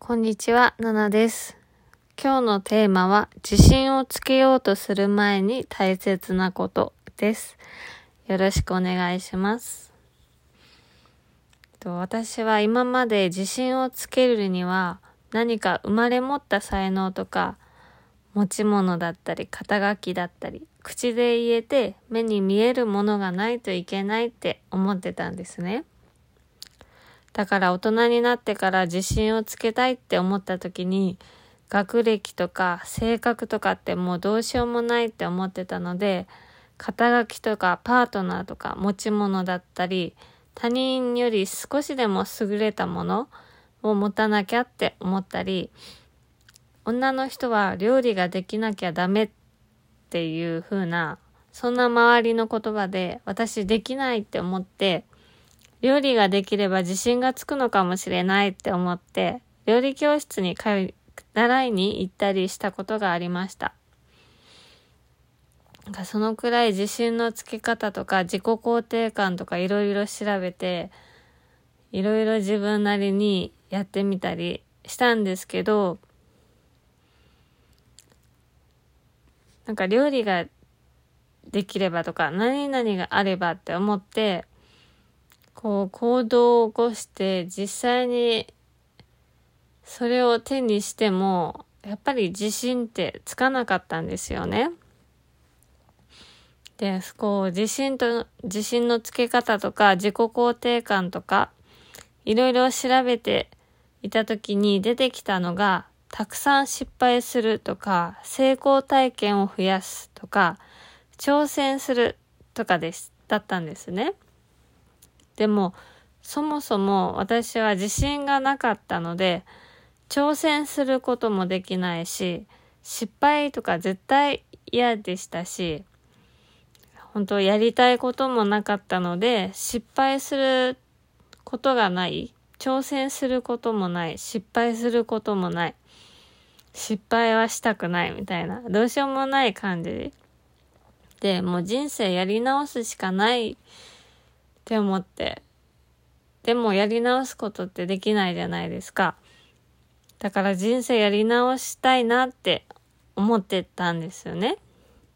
こんにちは、ナナです。今日のテーマは、自信をつけようとする前に大切なことです。よろしくお願いします。私は今まで自信をつけるには、何か生まれ持った才能とか、持ち物だったり、肩書きだったり、口で言えて目に見えるものがないといけないって思ってたんですね。だから大人になってから自信をつけたいって思った時に、学歴とか性格とかってもうどうしようもないって思ってたので、肩書きとかパートナーとか持ち物だったり、他人より少しでも優れたものを持たなきゃって思ったり、女の人は料理ができなきゃダメっていう風な、そんな周りの言葉で私できないって思って、料理ができれば自信がつくのかもしれないって思って、料理教室に習いに行ったりしたことがありました。そのくらい自信のつけ方とか自己肯定感とかいろいろ調べて、いろいろ自分なりにやってみたりしたんですけど、料理ができればとか何々があればって思って、行動を起こして実際にそれを手にしてもやっぱり自信ってつかなかったんですよね。で、自信のつけ方とか自己肯定感とかいろいろ調べていた時に出てきたのが、たくさん失敗するとか成功体験を増やすとか挑戦するとかだったんですね。でもそもそも私は自信がなかったので、挑戦することもできないし、失敗とか絶対嫌でしたし、本当やりたいこともなかったので、失敗することがない、挑戦することもない、失敗することもない、失敗はしたくないみたいな、どうしようもない感じで、もう人生やり直すしかないって思って、でもやり直すことってできないじゃないですか。だから人生やり直したいなって思ってたんですよね。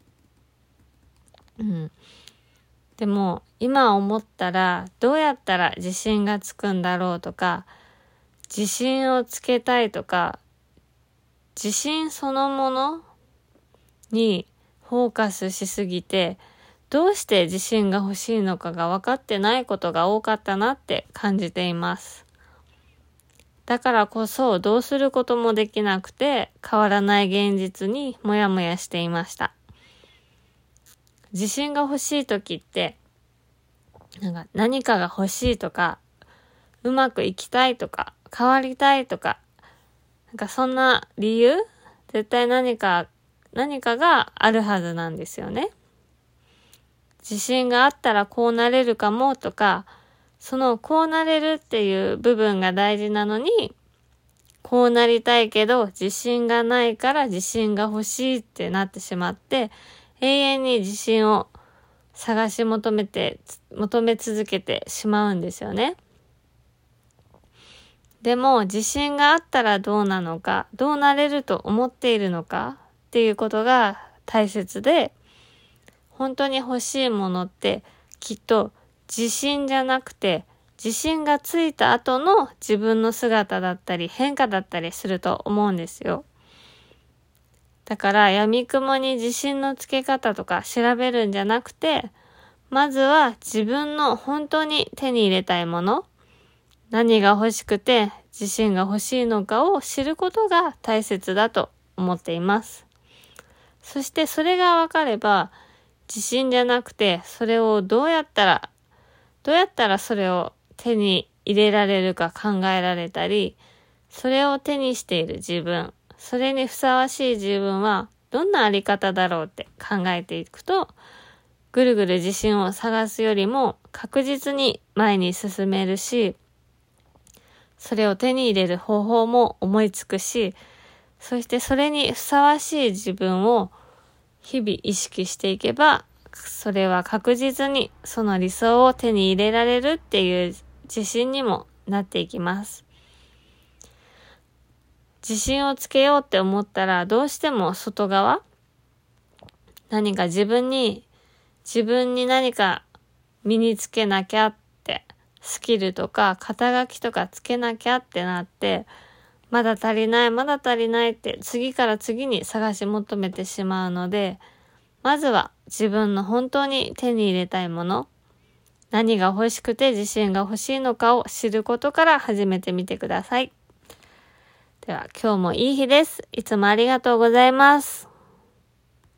でも今思ったら、どうやったら自信がつくんだろうとか、自信をつけたいとか、自信そのものにフォーカスしすぎて、どうして自信が欲しいのかが分かってないことが多かったなって感じています。だからこそどうすることもできなくて、変わらない現実にもやもやしていました。自信が欲しいときって、何かが欲しいとか、うまくいきたいとか、変わりたいとか、そんな理由？絶対何かがあるはずなんですよね。自信があったらこうなれるかもとか、そのこうなれるっていう部分が大事なのに、こうなりたいけど自信がないから自信が欲しいってなってしまって、永遠に自信を探し求め続けてしまうんですよね。でも自信があったらどうなのか、どうなれると思っているのかっていうことが大切で、本当に欲しいものってきっと自信じゃなくて、自信がついた後の自分の姿だったり変化だったりすると思うんですよ。だから闇雲に自信のつけ方とか調べるんじゃなくて、まずは自分の本当に手に入れたいもの、何が欲しくて自信が欲しいのかを知ることが大切だと思っています。そしてそれが分かれば、自信じゃなくて、それをどうやったらそれを手に入れられるか考えられたり、それを手にしている自分、それにふさわしい自分はどんなあり方だろうって考えていくと、ぐるぐる自信を探すよりも確実に前に進めるし、それを手に入れる方法も思いつくし、そしてそれにふさわしい自分を日々意識していけば、それは確実にその理想を手に入れられるっていう自信にもなっていきます。 自信をつけようって思ったら、どうしても外側、何か自分に何か身につけなきゃって、スキルとか肩書きとかつけなきゃってなって、まだ足りないって次から次に探し求めてしまうので、まずは自分の本当に手に入れたいもの、何が欲しくて自信が欲しいのかを知ることから始めてみてください。では今日もいい日です。いつもありがとうございます。